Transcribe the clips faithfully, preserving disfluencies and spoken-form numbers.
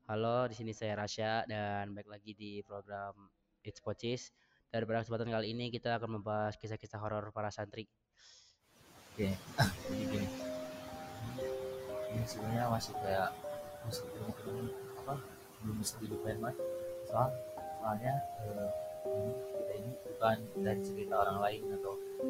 Halo, di sini saya Rasya dan balik lagi di program It's Pocis. Dan pada kesempatan kali ini kita akan membahas kisah-kisah horor para santri. Oke, jadi gini, ini sebenarnya masih kayak masih belum belum apa belum bisa dilupain mas. Soal soalnya eh, ini kita ini bukan dari cerita orang lain atau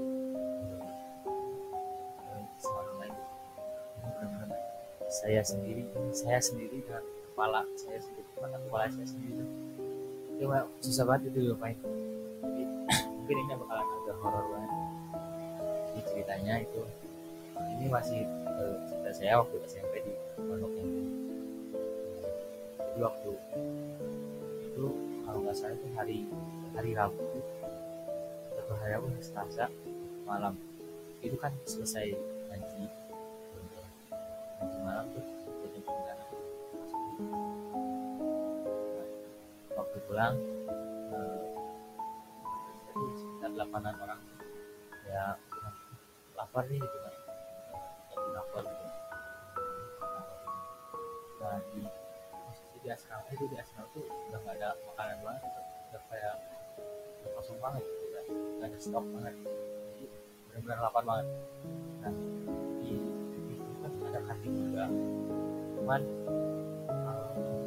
eh, kisah orang lain. Ini benar-benar saya sendiri, saya sendiri dengan kepala saya sendiri, mata kepala saya sendiri itu cuma susah banget itu dilupain. Jadi mungkin ini bakalan agak horor banget. Jadi ceritanya itu ini masih eh, cerita saya waktu S M P di pondok yang dulu. Jadi waktu itu kalau nggak salah itu hari hari Rabu atau hari Rabu hari Selasa malam itu kan selesai ngaji ngaji malam tuh jadi sembilan waktu pulang eh, itu sekitar delapanan orang ya lapar nih gitu kan lagi lapar gitu. Nah di posisi di asrama itu di asrama tuh udah nggak ada makanan banget gitu. Udah kayak udah kosong banget gitu kan nggak ada stok banget jadi benar-benar lapar banget. Nah di itu kan ada kantin juga cuman uh,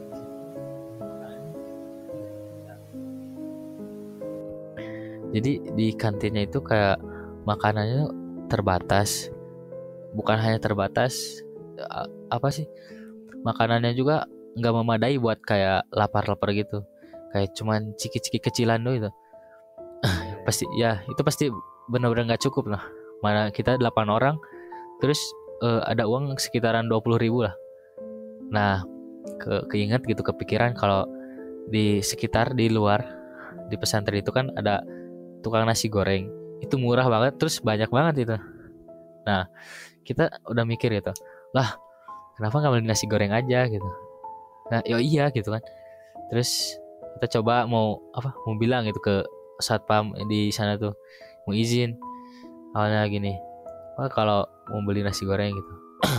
jadi di kantinnya itu kayak makanannya terbatas, bukan hanya terbatas apa sih, makanannya juga nggak memadai buat kayak lapar-lapar gitu, kayak cuman ciki-ciki kecilan doang itu. Pasti ya itu pasti benar-benar nggak cukup lah, mana kita delapan orang terus eh, ada uang sekitaran dua puluh ribu lah. Nah ke keinget gitu, kepikiran kalau di sekitar di luar di pesantren itu kan ada tukang nasi goreng, itu murah banget terus banyak banget itu. Nah kita udah mikir gitu, lah kenapa nggak beli nasi goreng aja gitu. Nah ya iya gitu kan, terus kita coba mau apa mau bilang gitu ke satpam di sana tuh, mau izin awalnya gini, oh, kalau mau beli nasi goreng gitu.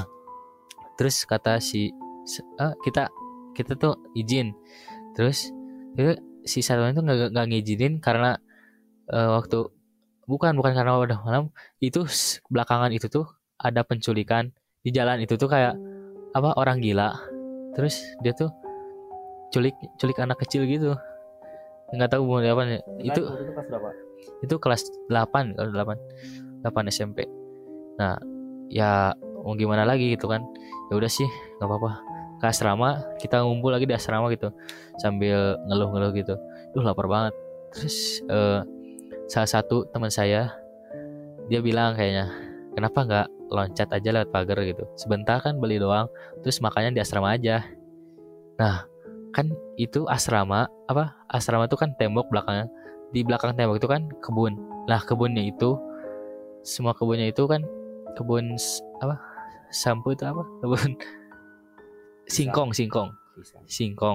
Terus kata si ah, kita kita tuh izin, terus itu si satpam itu nggak nggak ngizinin karena eh, waktu bukan bukan karena udah malam, itu belakangan itu tuh ada penculikan di jalan itu tuh kayak apa orang gila, terus dia tuh culik culik anak kecil gitu, nggak tahu umur apa nih itu. Itu kelas berapa? Itu kelas delapan, kalau delapan delapan S M P. Nah ya mau gimana lagi gitu kan, ya udah sih nggak apa-apa, ke asrama kita ngumpul lagi di asrama gitu sambil ngeluh-ngeluh gitu, duh lapar banget. Terus eh, salah satu teman saya dia bilang kayaknya, kenapa nggak loncat aja lewat pagar gitu, sebentar kan beli doang, terus makannya di asrama aja. Nah kan itu asrama apa, asrama itu kan tembok belakangnya, di belakang tembok itu kan kebun. Nah kebunnya itu semua kebunnya itu kan kebun apa, sampo itu apa, kebun singkong singkong singkong.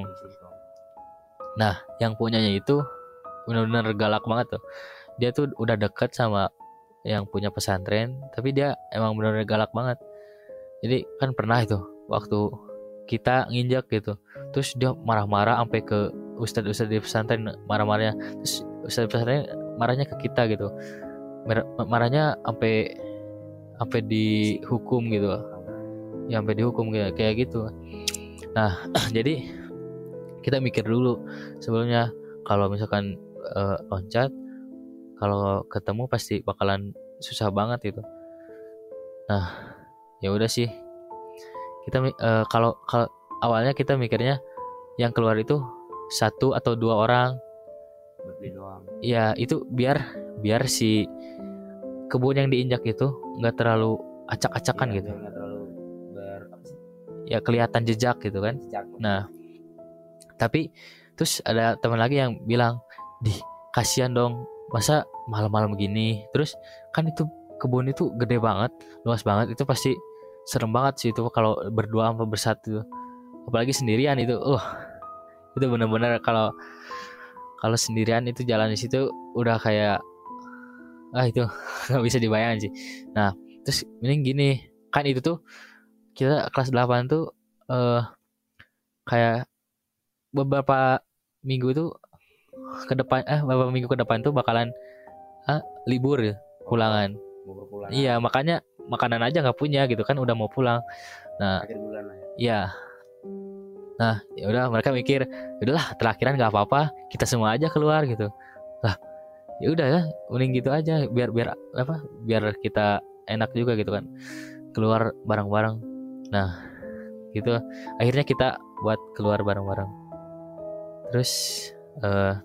Nah yang punyanya itu benar-benar galak banget tuh, dia tuh udah deket sama yang punya pesantren tapi dia emang benar-benar galak banget. Jadi kan pernah itu waktu kita nginjak gitu, terus dia marah-marah sampai ke ustadz-ustadz di pesantren, marah-marahnya, terus ustadz pesantren marahnya ke kita gitu, marahnya sampai sampai dihukum gitu, ya sampai dihukum kayak kayak gitu. Nah jadi kita mikir dulu sebelumnya, kalau misalkan uh, loncat, kalau ketemu pasti bakalan susah banget itu. Nah ya udah sih, kita uh, kalau kalau awalnya kita mikirnya yang keluar itu satu atau dua orang, Beli doang. ya itu biar biar si kebun yang diinjak itu nggak terlalu acak-acakan Iya, gitu, nggak terlalu ber apa sih? ya kelihatan jejak gitu kan. Jejak. Nah tapi terus ada teman lagi yang bilang, di kasihan dong masa malam-malam begini, terus kan itu kebun itu gede banget, luas banget, itu pasti serem banget sih itu kalau berdua apa bersatu, apalagi sendirian itu. Uh itu benar-benar kalau kalau sendirian itu jalan di situ udah kayak ah itu nggak bisa dibayangin sih. Nah terus mending gini, kan itu tuh kita kelas delapan tuh eh kayak beberapa minggu itu ke depan eh beberapa minggu ke depan tuh bakalan ah, libur ya, pulangan. Mau berpulang Iya, makanya makanan aja nggak punya gitu kan, udah mau pulang. Nah, akhir bulan lah ya. iya. Nah, ya udah mereka mikir, udahlah terakhiran nggak apa-apa, kita semua aja keluar gitu. Lah, ya udah ya, mending gitu aja biar biar apa? Biar kita enak juga gitu kan. Keluar bareng-bareng. Nah, gitu. Akhirnya kita buat keluar bareng-bareng. Terus eh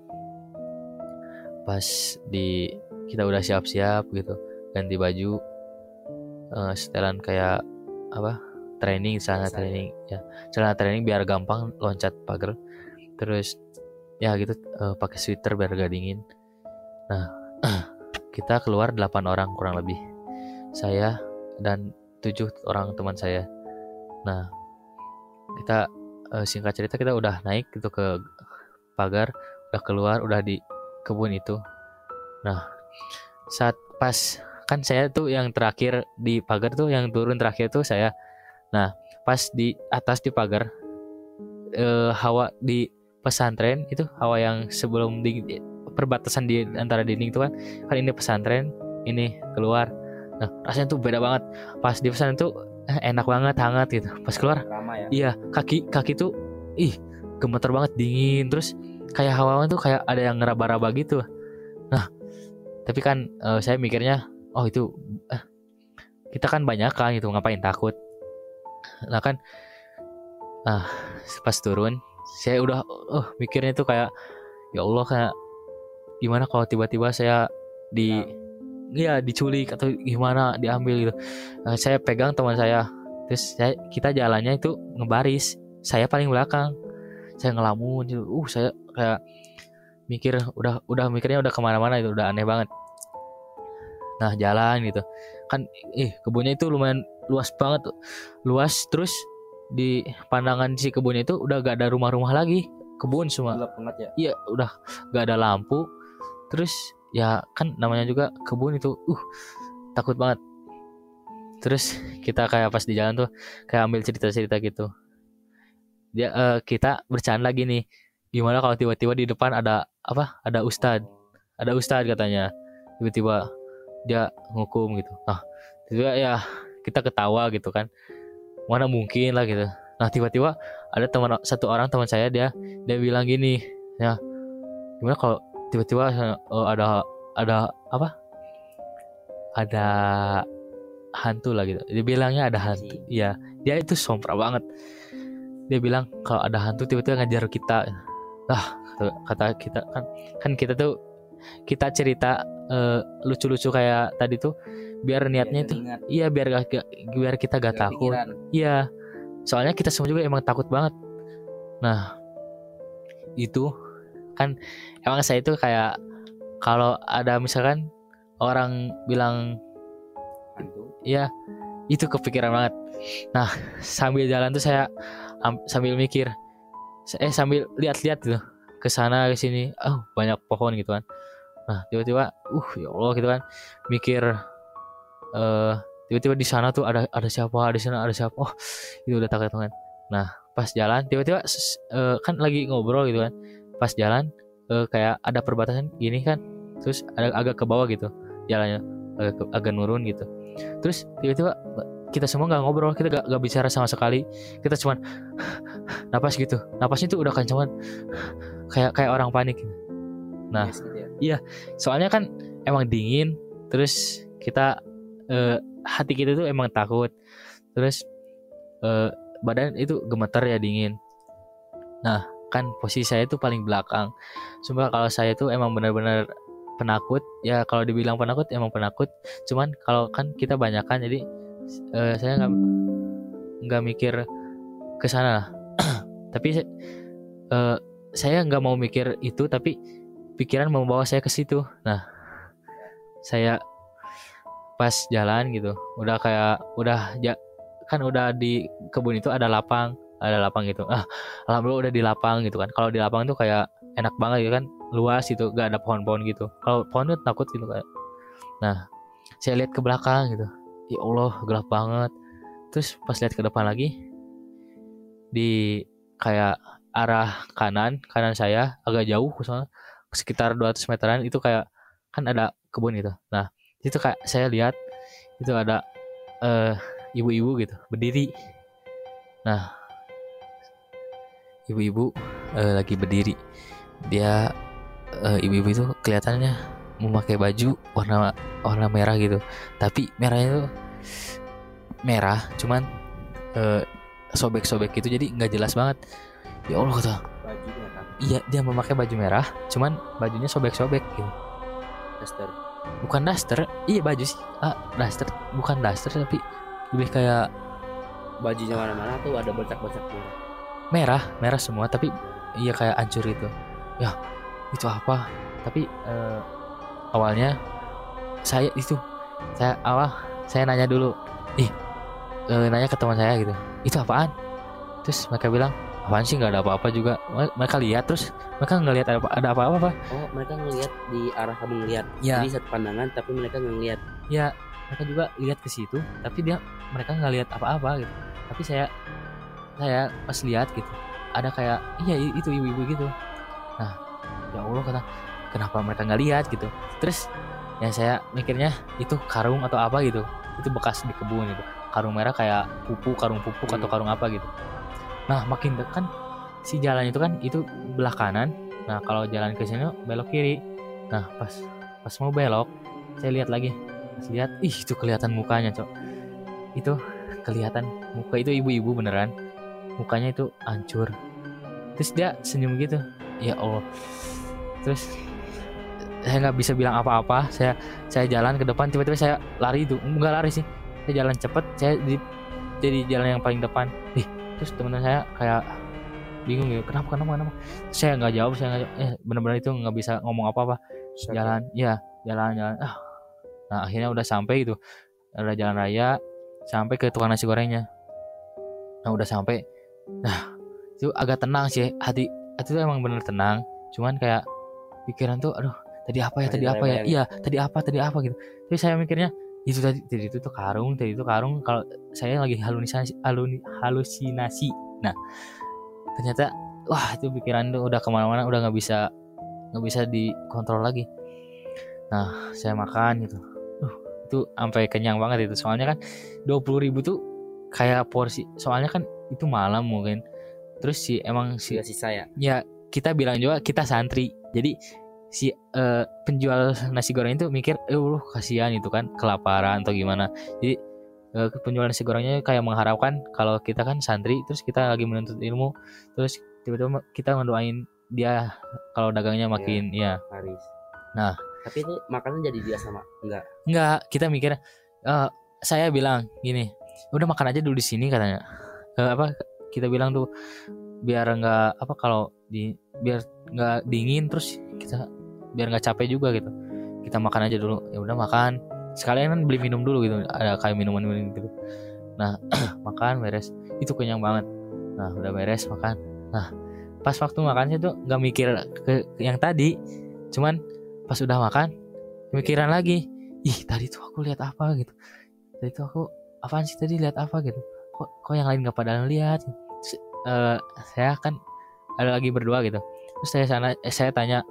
pas di kita udah siap-siap gitu, ganti baju, eh, setelan kayak apa? Training, celana Biasa ya. training ya. Celana training biar gampang loncat pagar. Terus ya gitu eh, pakai sweater biar gak dingin. Nah, kita keluar delapan orang kurang lebih. Saya dan tujuh orang teman saya. Nah, kita eh, singkat cerita kita udah naik gitu ke pagar, udah keluar, udah di kebun itu. Nah, saat pas kan saya tuh yang terakhir di pagar tuh, yang turun terakhir tuh saya. Nah, pas di atas di pagar, eh, hawa di pesantren itu, hawa yang sebelum di perbatasan di antara dinding itu kan, kan ini pesantren, ini keluar. Nah, rasanya tuh beda banget. Pas di pesantren tuh eh, enak banget, hangat gitu. Pas keluar, Ramai ya. iya kaki kaki tuh, ih gemeter banget, dingin. Terus kayak hawanya tuh kayak ada yang ngeraba-raba gitu. Nah, tapi kan eh, saya mikirnya, oh itu eh, kita kan banyak kan gitu, ngapain takut. Nah kan, ah pas turun, saya udah, oh mikirnya tuh kayak, ya Allah kayak gimana kalau tiba-tiba saya di, ya diculik atau gimana, diambil gitu. Nah, saya pegang teman saya, terus saya, kita jalannya itu ngebaris, saya paling belakang, saya ngelamun gitu. Uh saya kayak mikir, udah udah mikirnya udah kemana-mana itu, udah aneh banget. Nah jalan gitu kan, eh kebunnya itu lumayan luas banget tuh. Luas, terus di pandangan si kebunnya itu udah gak ada rumah-rumah lagi, kebun semua. Gelap banget ya. Iya udah gak ada lampu. Terus ya kan namanya juga kebun itu, uh takut banget. Terus kita kayak pas di jalan tuh kayak ambil cerita-cerita gitu. Dia eh, kita bercanda lagi nih, gimana kalau tiba-tiba di depan ada apa? Ada ustad, ada ustad katanya. Tiba-tiba dia ngukum gitu. Nah, tiba ya kita ketawa gitu kan. Mana mungkin lah gitu. Nah, tiba-tiba ada teman, satu orang teman saya, dia dia bilang gini, ya gimana kalau tiba-tiba uh, ada ada apa? Ada hantu lah gitu. Dia bilangnya ada hantu. Iya, dia itu sompral banget. Dia bilang kalau ada hantu tiba-tiba ngajar kita. Lah, kata kita kan kan kita tuh kita cerita uh, lucu-lucu kayak tadi tuh biar niatnya itu, iya biar gak, biar kita gak biar takut. Iya, soalnya kita semua juga emang takut banget. Nah, itu kan emang saya itu kayak kalau ada misalkan orang bilang hantu, iya itu kepikiran banget. Nah, sambil jalan tuh saya um, sambil mikir, eh sambil lihat-lihat gitu ke sana ke sini, oh banyak pohon gitu kan. Nah, tiba-tiba uh ya Allah gitu kan, mikir uh, tiba-tiba di sana tuh ada ada siapa, di sana ada siapa. Oh, itu udah takut banget. Nah, pas jalan tiba-tiba uh, kan lagi ngobrol gitu kan. Pas jalan uh, kayak ada perbatasan gini kan. Terus ada agak ke bawah gitu jalannya, agak ke, agak nurun gitu. Terus tiba-tiba kita semua nggak ngobrol, kita gak, gak bicara sama sekali. Kita cuman napas gitu. Napasnya tuh udah kencang, kayak kayak orang panik. Nah, yes, gitu ya? Iya, soalnya kan emang dingin. Terus kita eh, hati kita tuh emang takut. Terus eh, badan itu gemeter ya, dingin. Nah, kan posisi saya tuh paling belakang. Sumpah kalau saya tuh emang benar-benar penakut. Ya kalau dibilang penakut emang penakut. Cuman kalau kan kita banyakan, jadi uh, saya nggak nggak mikir ke sana. Tapi uh, saya nggak mau mikir itu, tapi pikiran membawa saya ke situ. Nah, saya pas jalan gitu, udah kayak udah ya, kan udah di kebun itu ada lapang, ada lapang gitu. Ah, alhamdulillah udah di lapang gitu kan. Kalau di lapang tuh kayak enak banget gitu kan, luas gitu, gak ada pohon-pohon gitu. Kalau pohon tuh takut gitu kayak. Nah, saya lihat ke belakang gitu, ya Allah gelap banget. Terus pas lihat ke depan lagi, di kayak arah kanan kanan saya agak jauh, soalnya sekitar dua ratus meteran itu kayak kan ada kebun gitu. Nah itu kayak saya lihat itu ada eh, ibu-ibu gitu berdiri. Nah ibu-ibu eh, lagi berdiri, dia eh, ibu-ibu itu kelihatannya memakai baju warna warna merah gitu, tapi merahnya itu merah cuman eh, sobek-sobek gitu, jadi nggak jelas banget. Ya Allah kata, Bajunya kan iya dia memakai baju merah cuman bajunya sobek-sobek gitu. daster. Bukan daster, iya baju sih, ah daster bukan daster tapi lebih kayak Bajunya mana-mana tuh ada bercak-bercak merah. merah merah semua, tapi iya kayak hancur itu. Ya itu apa, tapi eh, awalnya saya itu saya awal saya nanya dulu, ih eh, nanya ke teman saya gitu, itu apaan? Terus mereka bilang apaan sih, nggak ada apa-apa juga. Mereka lihat terus mereka nggak lihat ada ada apa-apa apa. Oh, mereka ngelihat di arah kamu ngelihat. Ya. Jadi satu pandangan tapi mereka nggak ngelihat. Ya mereka juga lihat ke situ tapi dia mereka nggak lihat apa-apa gitu. Tapi saya saya pas lihat gitu ada kayak iya itu ibu-ibu gitu. Nah ya Allah kata, kenapa mereka nggak lihat gitu. Terus ya saya mikirnya itu karung atau apa gitu, itu bekas di kebun gitu, karung merah kayak pupuk, karung pupuk atau karung apa gitu. Nah makin dekat si jalan itu kan itu belah kanan. Nah kalau jalan ke sini belok kiri. Nah pas pas mau belok saya lihat lagi, pas lihat ih itu kelihatan mukanya cok, itu kelihatan muka itu ibu-ibu beneran, mukanya itu hancur. Terus dia senyum gitu, ya Allah. Terus saya nggak bisa bilang apa-apa, saya saya jalan ke depan, tiba-tiba saya lari itu, nggak lari sih, saya jalan cepet, saya di, jadi jalan yang paling depan. Ih terus teman saya kayak bingung gitu, kenapa kenapa kenapa. Saya nggak jawab, saya nggak jawab. eh benar-benar itu nggak bisa ngomong apa-apa. Jalan ya jalan jalan ah nah akhirnya udah sampai gitu, udah jalan raya sampai ke tukang nasi gorengnya. Nah udah sampai, nah itu agak tenang sih hati, hati itu emang bener tenang, cuman kayak pikiran tuh aduh tadi apa ya tadi apa ya iya tadi apa tadi apa gitu. Tapi saya mikirnya itu tadi tadi itu tuh karung, tadi itu karung, kalau saya lagi halusinasi halusinasi. Nah ternyata wah itu pikiran tuh udah kemana-mana, udah nggak bisa nggak bisa dikontrol lagi. Nah saya makan gitu, uh, itu sampai kenyang banget itu, soalnya kan dua puluh ribu tuh kayak porsi, soalnya kan itu malam mungkin. Terus si emang si sisa ya ya kita bilang juga kita santri, jadi si uh, penjual nasi goreng itu mikir eh lu kasihan itu kan kelaparan atau gimana. Jadi uh, penjual nasi gorengnya kayak mengharapkan kalau kita kan santri terus kita lagi menuntut ilmu, terus tiba-tiba kita mendoain dia kalau dagangnya makin ya, ya. Haris. Nah tapi itu makanan jadi dia sama enggak enggak, kita mikir uh, saya bilang gini, udah makan aja dulu di sini katanya. Uh, apa kita bilang tuh biar nggak apa kalau di biar nggak dingin, terus kita biar nggak capek juga gitu, kita makan aja dulu. Ya udah makan sekalian kan beli minum dulu gitu, ada kayak minuman minuman gitu. Nah makan beres itu kenyang banget. Nah udah beres makan, nah pas waktu makannya tuh nggak mikir ke, ke yang tadi, cuman pas udah makan pikiran lagi, ih tadi tuh aku lihat apa gitu, tadi tuh aku apaan sih tadi lihat apa gitu, kok kok yang lain nggak pada lihat. Terus, uh, saya kan ada lagi berdua gitu, terus saya sana eh, saya tanya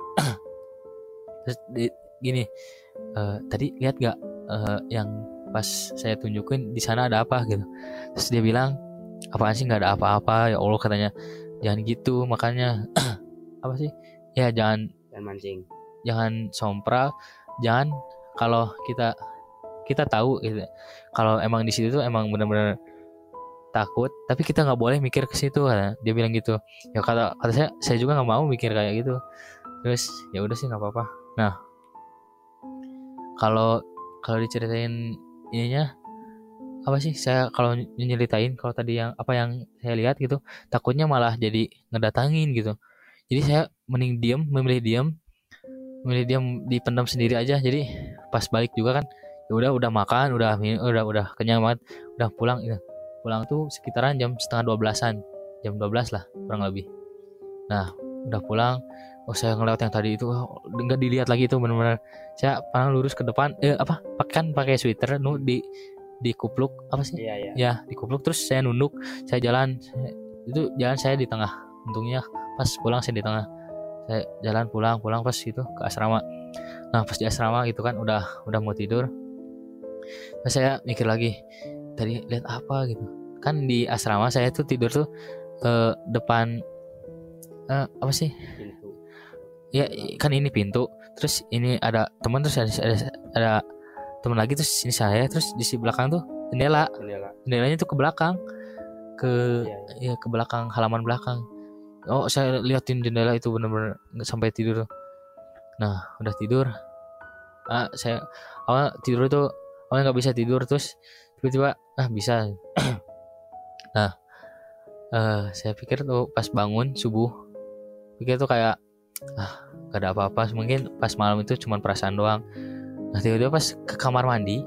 terus di, gini uh, tadi lihat gak uh, yang pas saya tunjukin di sana ada apa gitu. Terus dia bilang apaan sih nggak ada apa-apa, ya Allah katanya, jangan gitu makanya apa sih ya jangan dan mancing, jangan sompral, jangan kalau kita kita tahu gitu kalau emang di situ tuh emang benar-benar takut, tapi kita nggak boleh mikir ke situ kan, dia bilang gitu. Ya kata kata saya saya juga nggak mau mikir kayak gitu. Terus ya udah sih nggak apa-apa. Nah kalau kalau diceritain ininya apa sih, saya kalau nyeritain kalau tadi yang apa yang saya lihat gitu takutnya malah jadi ngedatangin gitu. Jadi saya mending diam, memilih diam memilih diam dipendam sendiri aja. Jadi pas balik juga kan ya udah udah makan, udah udah udah kenyang banget, udah pulang gitu. Pulang tuh sekitaran jam setengah dua belasan, jam dua belas lah kurang lebih. Nah udah pulang, oh saya ngeliat yang tadi itu nggak dilihat lagi, itu benar-benar saya pandang lurus ke depan, eh apa kan pakai sweater nu di di kupluk apa sih iya, iya. ya di kupluk, terus saya nunduk, saya jalan, itu jalan saya di tengah untungnya pas pulang saya di tengah, saya jalan pulang pulang pas itu ke asrama. Nah pas di asrama gitu kan udah udah mau tidur, nah, saya mikir lagi tadi lihat apa gitu kan. Di asrama saya tuh tidur tuh eh, depan eh, apa sih Pintu. ya, kan ini pintu, terus ini ada teman, terus ada ada, ada teman lagi, terus ini saya, terus di si belakang tuh jendela, Jendela. jendelanya tuh ke belakang, ke Iya, ya iya. ke belakang, halaman belakang. Oh saya liatin jendela itu bener-bener nggak sampai tidur. Nah udah tidur, ah, saya awal tidur itu awalnya nggak bisa tidur, terus tiba-tiba ah bisa. Nah eh, saya pikir tuh pas bangun subuh, pikir tuh kayak ah gak ada apa-apa, mungkin pas malam itu cuma perasaan doang. Nah tiba-tiba pas ke kamar mandi,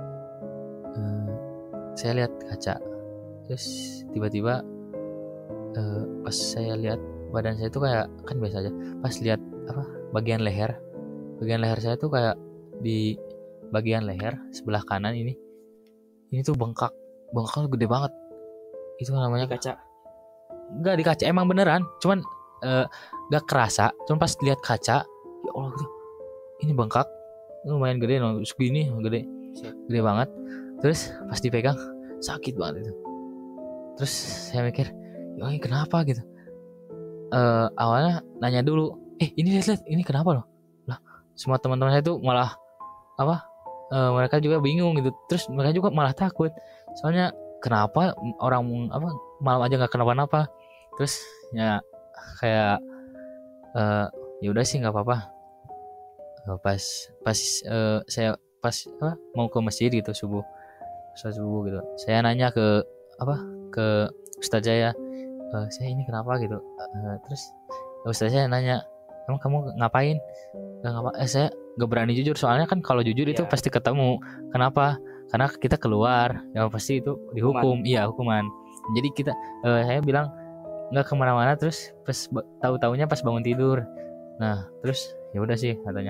eh, saya lihat kaca, terus tiba-tiba eh, pas saya lihat badan saya tuh kayak, kan biasa aja pas lihat apa bagian leher, bagian leher saya tuh kayak di bagian leher sebelah kanan ini ini tuh bengkak, bengkaknya gede banget. Itu namanya Kaca. nggak di kaca, emang beneran, cuman eh, nggak kerasa, cuman pas lihat kaca ya Allah gitu, ini bengkak lumayan gede, no, segini gede, gede banget. Terus pas dipegang sakit banget itu. Terus saya mikir, ya ini kenapa gitu. Eh, awalnya nanya dulu, eh ini lihat-lihat ini kenapa loh. Lah semua teman-teman saya tuh malah apa? Eh, mereka juga bingung gitu. Terus mereka juga malah takut. Soalnya kenapa orang apa malam aja nggak kenapa-napa. Terus ya kayak eh, ya udah sih nggak apa-apa. Eh, pas pas eh, saya pas apa mau ke masjid gitu subuh, sholat subuh gitu, saya nanya ke apa ke ustaz saya, "Eh, saya ini kenapa gitu." Eh, terus ustaz saya nanya, emang kamu ngapain? Gak ngapa eh saya gak berani jujur, soalnya kan kalau jujur itu Iya. pasti ketemu. Kenapa? Karena kita keluar ya pasti itu dihukum. Iya hukuman. Jadi kita eh, saya bilang nggak kemana-mana, terus pas ba- tahu-taunya pas bangun tidur. Nah terus ya udah sih katanya,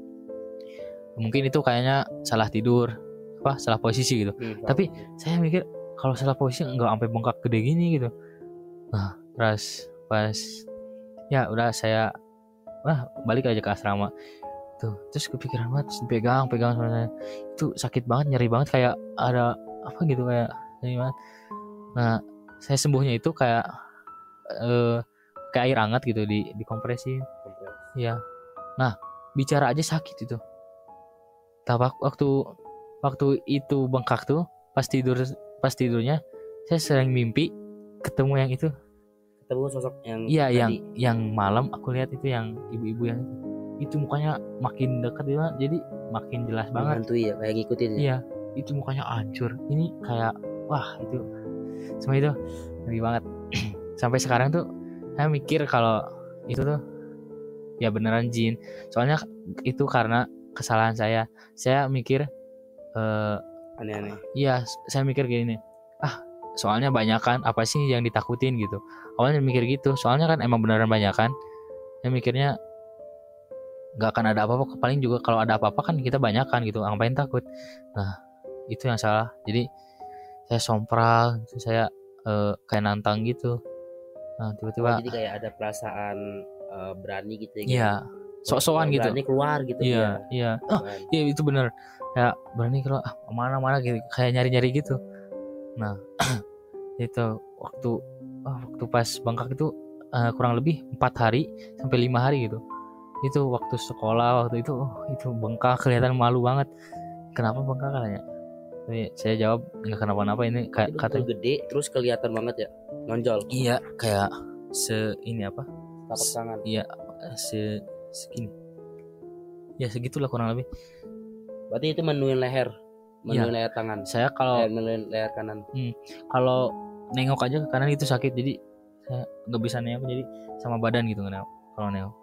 mungkin itu kayaknya salah tidur, apa salah posisi gitu. Hmm, Tapi saya mikir kalau salah posisi nggak sampai bengkak gede gini gitu. Nah terus pas ya udah saya wah balik aja ke asrama tuh, terus kepikiran banget, terus dipegang pegang sama saya, itu sakit banget, nyeri banget, kayak ada apa gitu, kayak nyeri banget. Nah saya sembuhnya itu kayak eh, kayak air hangat gitu di dikompresin. Iya. Nah bicara aja sakit itu. Tapi waktu waktu itu bengkak tuh pas tidur, pas tidurnya saya sering mimpi ketemu yang itu. Ketemu sosok yang Iya tadi. yang yang malam aku lihat itu, yang ibu-ibu yang itu. Itu mukanya makin dekat ya, jadi makin jelas banget. Menghantui ya, kayak ngikutin ya. Iya, itu mukanya hancur. Ini kayak wah itu semua itu ngeri banget. Sampai sekarang tuh saya mikir kalau itu tuh ya beneran jin. Soalnya itu karena kesalahan saya. Saya mikir eh Aneh-aneh. iya, saya mikir gini. Ah, soalnya banyak kan, apa sih yang ditakutin gitu. Awalnya mikir gitu, soalnya kan emang beneran banyak kan. Saya mikirnya nggak akan ada apa-apa, paling juga kalau ada apa-apa kan kita banyak kan gitu, ngapain takut. Nah itu yang salah, jadi saya sompral, saya eh, kayak nantang gitu. Nah tiba-tiba Oh, jadi kayak ada perasaan eh, berani gitu ya. iya sok-sokan gitu. Berani keluar gitu Iya ya. iya oh iya itu bener, kayak berani keluar ah, mana-mana gitu, kayak nyari-nyari gitu. Nah itu waktu oh, waktu pas bengkak itu eh, kurang lebih empat hari sampai lima hari gitu. Itu waktu sekolah, waktu itu oh, itu bengkak, kelihatan malu banget. Kenapa bengkak katanya? Tapi saya jawab nggak kenapa-napa, ini kayak Itu kata betul gede terus kelihatan banget ya, nonjol. iya kayak se ini apa? Tapak tangan. Iya se segini. Ya segitulah kurang lebih. Berarti itu menuin leher, menuin leher tangan. Saya kalau Eh, menuin leher kanan. kalau nengok aja ke kanan itu sakit, jadi saya nggak bisa nengok, jadi sama badan gitu nengok kalau nengok.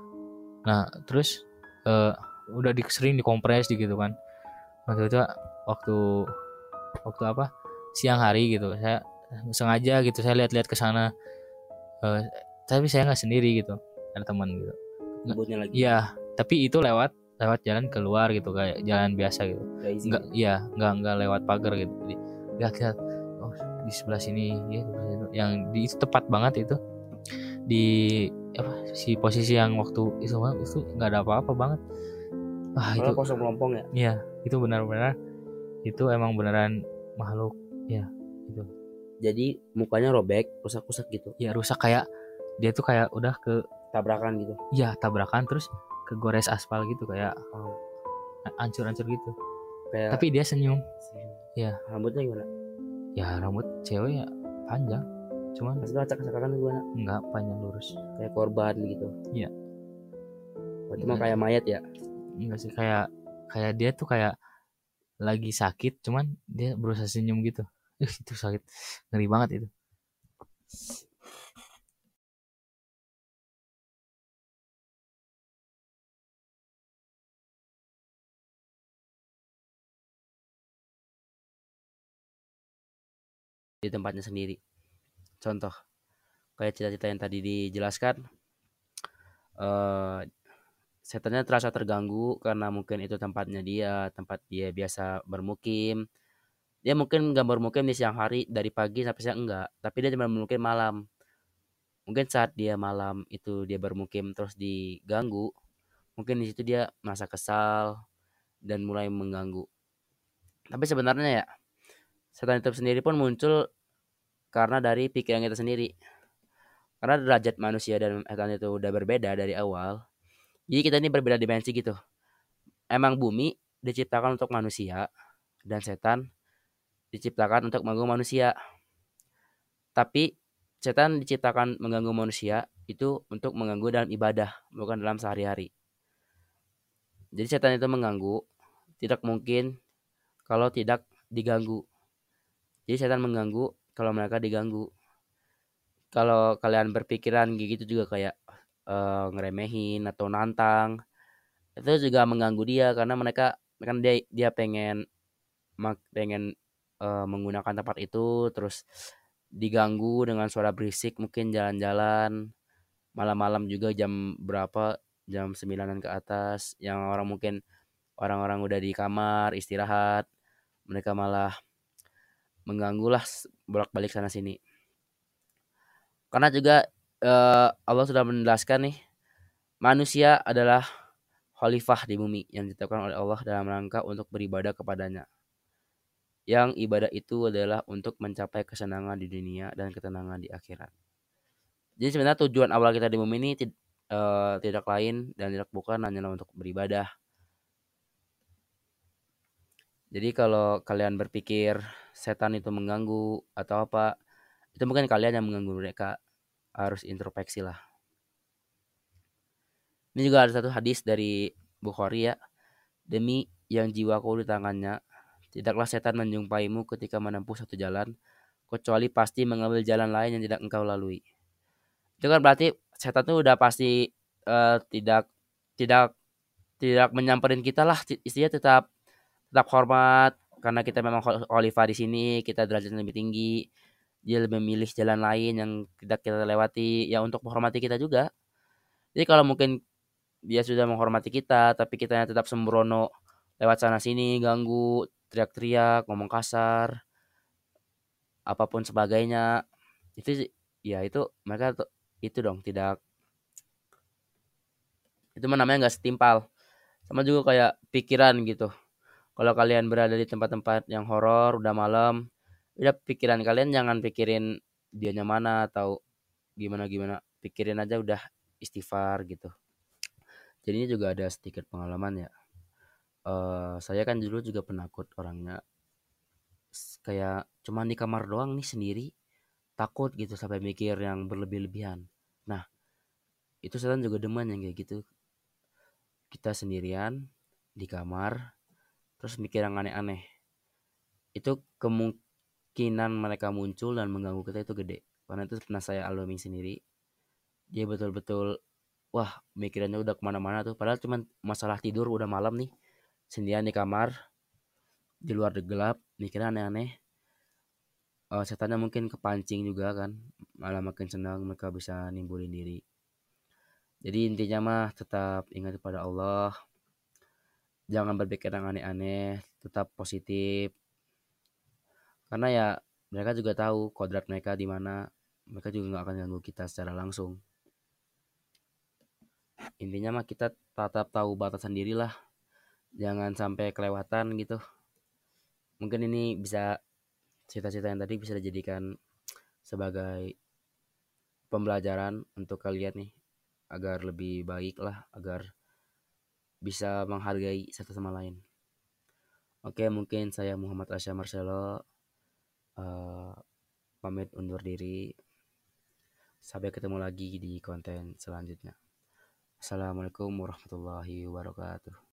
Nah terus eh, udah di, sering dikompres gitu kan. Waktu itu waktu waktu apa siang hari gitu, saya sengaja gitu saya lihat-lihat ke sana. Eh, tapi saya nggak sendiri gitu, ada teman gitu. Nyebutnya lagi. Iya, tapi itu lewat lewat jalan keluar gitu, kayak jalan biasa gitu. Gak izin. Enggak, iya, enggak enggak lewat pagar gitu. Jadi lihat-lihat oh di sebelah sini ya, di sebelah situ. Yang di itu tepat banget itu. di apa si posisi yang waktu itu mah itu nggak ada apa-apa banget. Ah itu Kalau kosong melompong ya. iya itu benar-benar itu emang beneran makhluk ya itu. Jadi mukanya robek, rusak-rusak gitu. Ya rusak kayak dia tuh kayak udah ke Tabrakan gitu. ya tabrakan terus kegores aspal gitu kayak Oh, hancur-hancur gitu. kayak Tapi dia senyum. Ya, rambutnya gimana? ya rambut cewek ya panjang. Cuman Maksudnya acak-acakan gimana? enggak panjang lurus. Kayak korban gitu. Iya. Berarti mah kayak mayat ya. Enggak sih kayak kayak dia tuh kayak lagi sakit cuman dia berusaha senyum gitu. Ih, itu sakit. Ngeri banget itu. Di tempatnya sendiri. Contoh, kayak cita-cita yang tadi dijelaskan, eh setannya terasa terganggu karena mungkin itu tempatnya dia, tempat dia biasa bermukim. Dia mungkin nggak bermukim di siang hari dari pagi sampai siang enggak, tapi dia cuma bermukim malam. Mungkin saat dia malam itu dia bermukim terus diganggu, mungkin di situ dia merasa kesal dan mulai mengganggu. Tapi sebenarnya ya, setan itu sendiri pun muncul karena dari pikiran kita sendiri. Karena derajat manusia dan setan itu udah berbeda dari awal. Jadi kita ini berbeda dimensi gitu. Emang bumi diciptakan untuk manusia dan setan diciptakan untuk mengganggu manusia. Tapi setan diciptakan mengganggu manusia itu untuk mengganggu dalam ibadah, bukan dalam sehari-hari. Jadi setan itu mengganggu tidak mungkin kalau tidak diganggu. Jadi setan mengganggu kalau mereka diganggu. Kalau kalian berpikiran gitu juga kayak eh, ngeremehin atau nantang, itu juga mengganggu dia karena mereka kan dia dia pengen mak- pengen eh, menggunakan tempat itu terus diganggu dengan suara berisik mungkin jalan-jalan malam-malam juga jam berapa jam sembilanan ke atas yang orang mungkin orang-orang udah di kamar istirahat mereka malah mengganggu lah bolak-balik sana sini karena juga eh, Allah sudah menjelaskan nih manusia adalah khalifah di bumi yang ditetapkan oleh Allah dalam rangka untuk beribadah kepadanya yang ibadah itu adalah untuk mencapai kesenangan di dunia dan ketenangan di akhirat. Jadi sebenarnya tujuan awal kita di bumi ini tid- eh, tidak lain dan tidak bukan hanyalah untuk beribadah. Jadi kalau kalian berpikir setan itu mengganggu atau apa, itu mungkin kalian yang mengganggu mereka. Harus introspeksi lah. Ini juga ada satu hadis dari Bukhari ya. Demi yang jiwaku di tangannya, tidaklah setan menjumpaimu ketika menempuh satu jalan, kecuali pasti mengambil jalan lain yang tidak engkau lalui. Itu kan berarti setan tuh udah pasti eh, tidak tidak tidak menyamperin kita lah. Istilahnya tetap tetap hormat karena kita memang khalifah di sini, kita derajatnya lebih tinggi. Dia lebih memilih jalan lain yang tidak kita lewati ya untuk menghormati kita juga. Jadi kalau mungkin dia sudah menghormati kita tapi kita tetap sembrono lewat sana sini ganggu, teriak-teriak, ngomong kasar, apapun sebagainya. Itu ya itu mereka tuh- itu dong tidak itu mah namanya nggak setimpal. Sama juga kayak pikiran gitu. Kalau kalian berada di tempat-tempat yang horor, udah malam, udah pikiran kalian jangan pikirin dianya mana atau gimana-gimana. Pikirin aja udah istighfar gitu. Jadinya juga ada sedikit pengalaman ya. Eh saya kan dulu juga penakut orangnya. S- Kayak cuman di kamar doang nih sendiri, takut gitu sampai mikir yang berlebih-lebihan. Nah, itu setan juga demen yang kayak gitu. Kita sendirian di kamar, terus mikir yang aneh-aneh. Itu kemungkinan mereka muncul dan mengganggu kita itu gede. Karena itu pernah saya alami sendiri. Dia betul-betul, wah mikirannya udah kemana-mana tuh. Padahal cuma masalah tidur udah malam nih. Sendirian di kamar, di luar gelap, mikirnya aneh-aneh. Eh, setannya mungkin kepancing juga kan. Malah makin senang mereka bisa nimbulin diri. Jadi intinya mah tetap ingat kepada Allah. Jangan berpikir yang aneh-aneh. Tetap positif. Karena ya mereka juga tahu kodrat mereka di mana. Mereka juga nggak akan ganggu kita secara langsung. Intinya mah kita tetap tahu batasan diri lah, jangan sampai kelewatan gitu. Mungkin ini bisa, cerita-cerita yang tadi bisa dijadikan sebagai pembelajaran untuk kalian nih, agar lebih baik lah, agar bisa menghargai satu sama lain. Oke, mungkin saya Muhammad Asya Marcelo, eh, pamit undur diri. Sampai ketemu lagi di konten selanjutnya. Assalamualaikum warahmatullahi wabarakatuh.